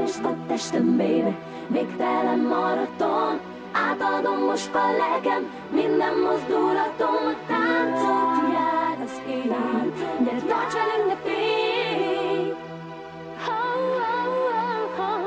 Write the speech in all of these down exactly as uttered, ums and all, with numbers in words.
Szeresd a testem, baby, végtelen maraton. Átadom most a lelkem, minden mozdulatom. A táncot jár az ég, gyere tarts velünk, ne félj. Oh, oh, oh, oh.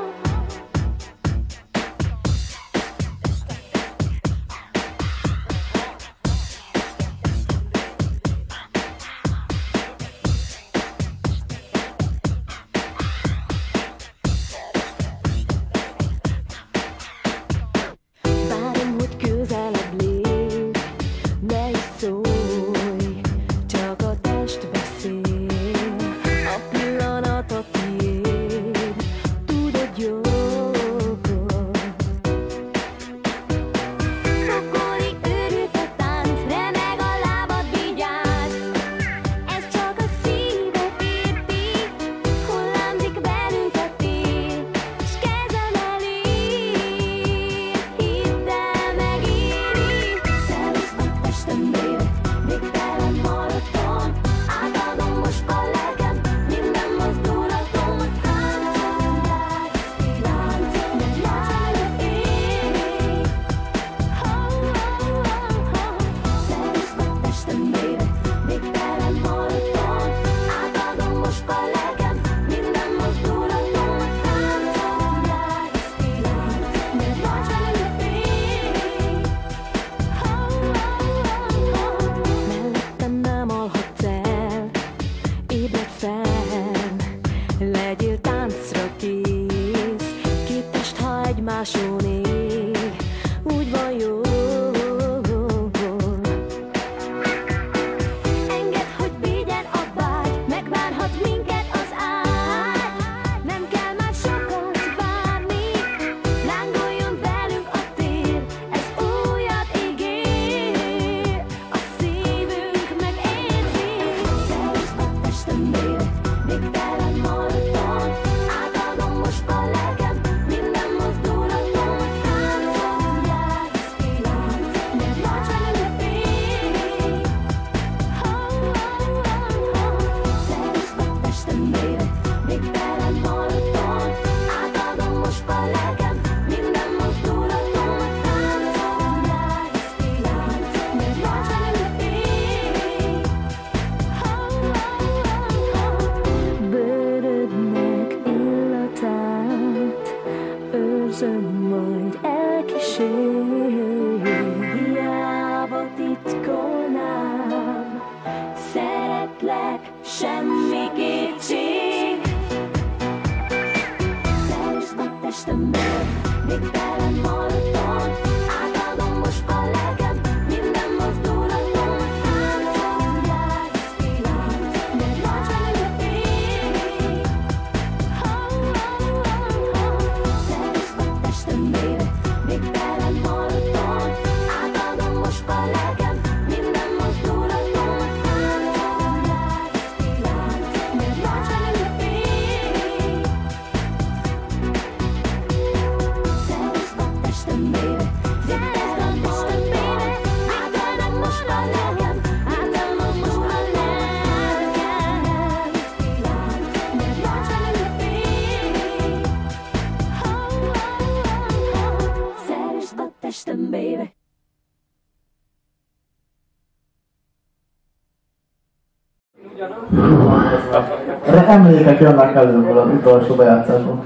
Emlékek jönnek előbből az utolsó bejátszásban.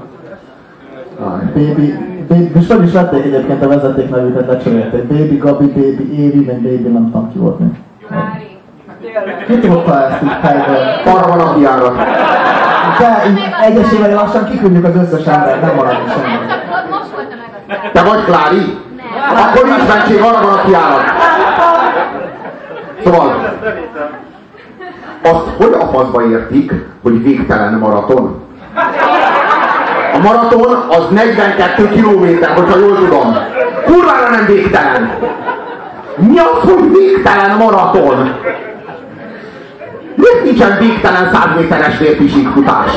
Baby, baby, és fel is vették egyébként a vezetéknevüket, lecserélték. Baby, Gabi, Baby, Évi, meg Baby, nem tudom ki volt még. Ki tudta ezt így fejből? Arra van a kiárat. De egyesével lassan kiküldjük az összes embert, nem marad semmi. Te vagy Klári? Akkor nincs mentség, arra van a kiárat. Szóval, azt hogy a faszba értik, hogy végtelen maraton? A maraton az negyvenkettő kilométer, hogyha jól tudom. Kurvára nem végtelen! Mi az, hogy végtelen maraton? Miért nincsen végtelen száz méteres vérpisíkfutás?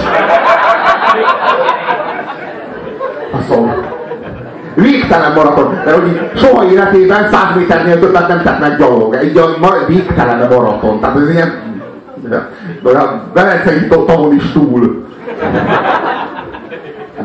Azt végtelen maraton, mert hogy soha életében száz méternél többet nem tett meg gyalog. Egy a végtelen maraton. Tehát ez ilyen Velencei tavon is túl.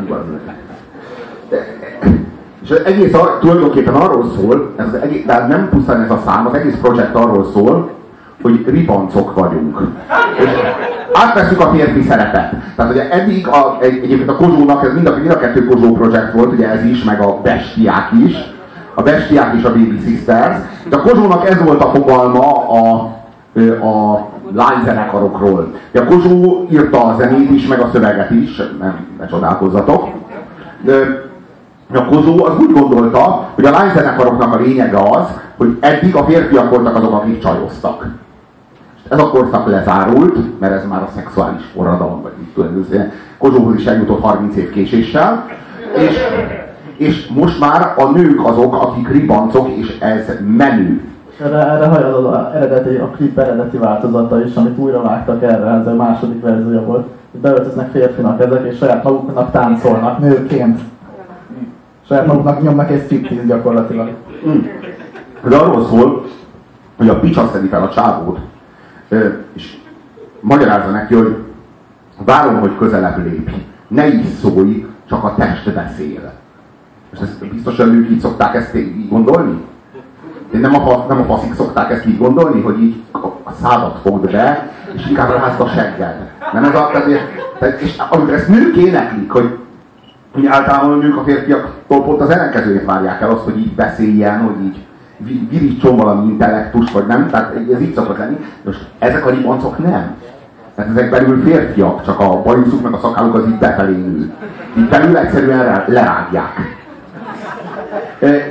És az egész a, tulajdonképpen arról szól, ez az egész, de nem pusztán ez a szám, az egész projekt arról szól, hogy ribancok vagyunk. És átveszünk a férfi szerepet. Tehát ugye eddig a, egy, egyébként a Kozsónak, ez mind a, mind a kettő Kozsó projekt volt, ugye ez is, meg a Bestiák is. A Bestiák is a Baby Sisters. De a Kozsónak ez volt a fogalma a, a lányzenekarokról. A Kozsó írta a zenét is, meg a szöveget is, nem, ne csodálkozzatok. De a Kozsó az úgy gondolta, hogy a lányzenekaroknak a lényege az, hogy eddig a férfiak voltak azok, akik csajoztak. Ez a korszak lezárult, mert ez már a szexuális forradalom, vagy mit tudom, Kozsóhoz is eljutott harminc év késéssel, és, és most már a nők azok, akik ribancok, és ez menő. Erre, erre hajad az eredeti, a klip eredeti változata is, amit újra vágtak erre, ez a második verziója volt. Beöltöznek férfinak ezek, és saját maguknak táncolnak, nőként. Saját maguknak nyomnak egy striptease gyakorlatilag. Mm. De arról szól, hogy a pics azt szedi fel a csávót, és magyarázza neki, hogy várom, hogy közelebb lépj. Ne is szólj, csak a test beszél. És ezt biztos, hogy ők így szokták ezt így gondolni? De nem a, nem a faszik szokták ezt így gondolni, hogy így a szádat fogd be, és inkább rázd a segged. Nem ez a... Tehát, és amikor ezt nők éneklik, hogy hogy általában a nők a férfiaktól pont az ellenkezőjét várják el, azt, hogy így beszéljen, hogy így virítson valami intellektus, vagy nem, tehát ez így szokott lenni. Most ezek a ribancok nem. Tehát ezek belül férfiak, csak a bajuszuk meg a szakáluk az így befelé nő. Így belül egyszerűen lerágják. E, e,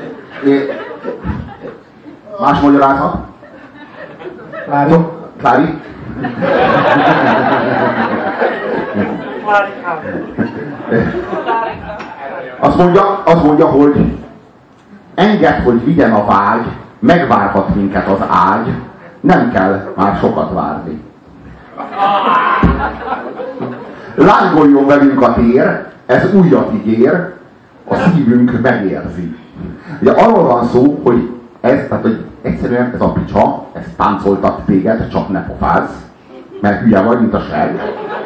más magyarázat? Klári? Klári? Azt mondja, azt mondja, hogy engedd, hogy vigyen a vágy, megvárhat minket az ágy, nem kell már sokat várni. Lángoljon velünk a tér, ez újat ígér, a szívünk megérzi. Ugye arról van szó, hogy ez, tehát, hogy egyszerűen ez a picsa, ez táncoltat téged, csak ne pofázz, mert hülye vagy, mint a seg.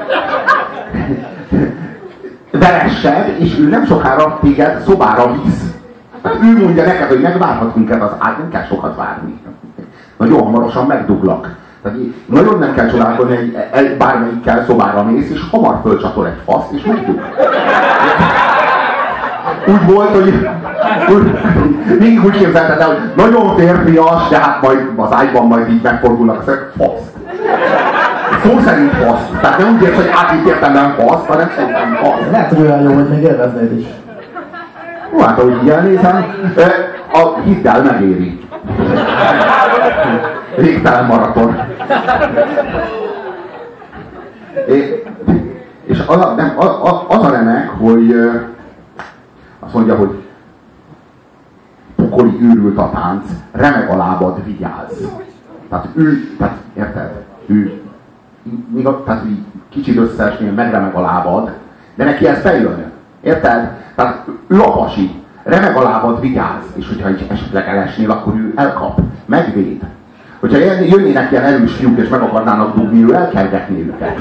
Veressed, és ő nem sokára téged szobára visz. Tehát ő mondja neked, hogy megvárhat minket az ágy, nem kell sokat várni. Nagyon hamarosan megduglak. Tehát nagyon nem kell csodálkozni, hogy egy, bármelyikkel szobára mész, és hamar fölcsatol egy faszt, és megdug. Úgy volt, hogy mindig úgy képzelted el, hogy nagyon férfias, de hát majd az ágyban majd így megfordulnak a szeg, faszt. Szó szerint fasz. Tehát nem úgy érsz, hogy átít értemben fasz, hanem szó szerint fasz. Lehet, hogy olyan jó, hogy még élveznéd is. Ó, hát ahogy így elnézem, a hiddel megéri. Végtelen maraton. És az a, nem, az a remek, hogy azt mondja, hogy pokoli őrült a tánc, remeg a lábad, vigyázz. Tehát ő, tehát érted? Ő még a, tehát így kicsit összeesnél, megremeg a lábad, de neki ez bejön. Érted? Tehát ő a pasi, remeg a lábad, vigyázz, és hogyha esetleg elesnél, akkor ő elkap, megvéd. Hogyha jönnének ilyen erős fiúk, és meg akarnának dugni, ő elkergetné őket.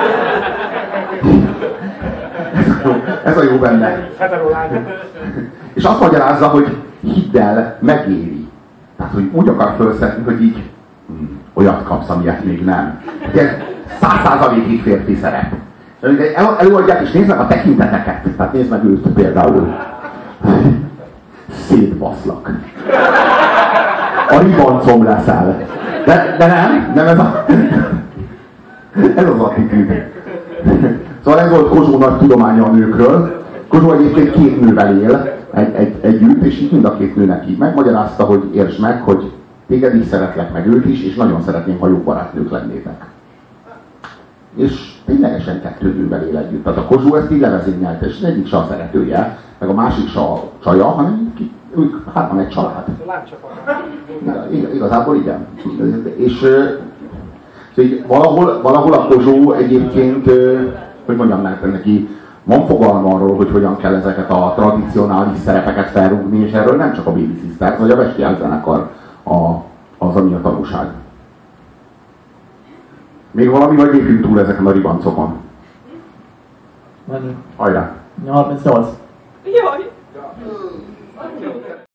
Ez a jó, ez a jó benne. És azt magyarázza, hogy hidd el, megéri. Tehát, hogy úgy akar felszedni, hogy így hm, olyat kapsz, amilyet még nem. Ugye száz százalékig férfi szerep. El, előadják, és nézd meg a tekinteteket. Tehát nézd meg őt például. Szétbaszlak. A ribancom leszel. De, de nem, nem ez a... Ez az attitűd. Szóval ez volt Kozsó nagy tudománya a nőkről. Kozsó egyébként két nővel él egy, egy, együtt, és így mind a két nőnek így megmagyarázta, hogy értsd meg, hogy téged is szeretlek, meg őt is, és nagyon szeretném, ha jó barátnők lennétek. És ténylegesen kettő nővel él együtt. Tehát a Kozsó ezt így levezényelte, és az egyik se a szeretője, meg a másik se a csaja, hanem ők, hát van egy család. Igazából igen. És így valahol, valahol a Kozsó egyébként, hogy mondjam neki, van fogalma arról, hogy hogyan kell ezeket a tradicionális szerepeket felrúgni, és erről nem csak a Baby Sisters, vagy a Bestiák zenekar az, ami a tanúság. Még valami, vagy lépjünk túl ezeken a ribancokon? Menjünk. Hajrá! harmincnyolc. Jaj!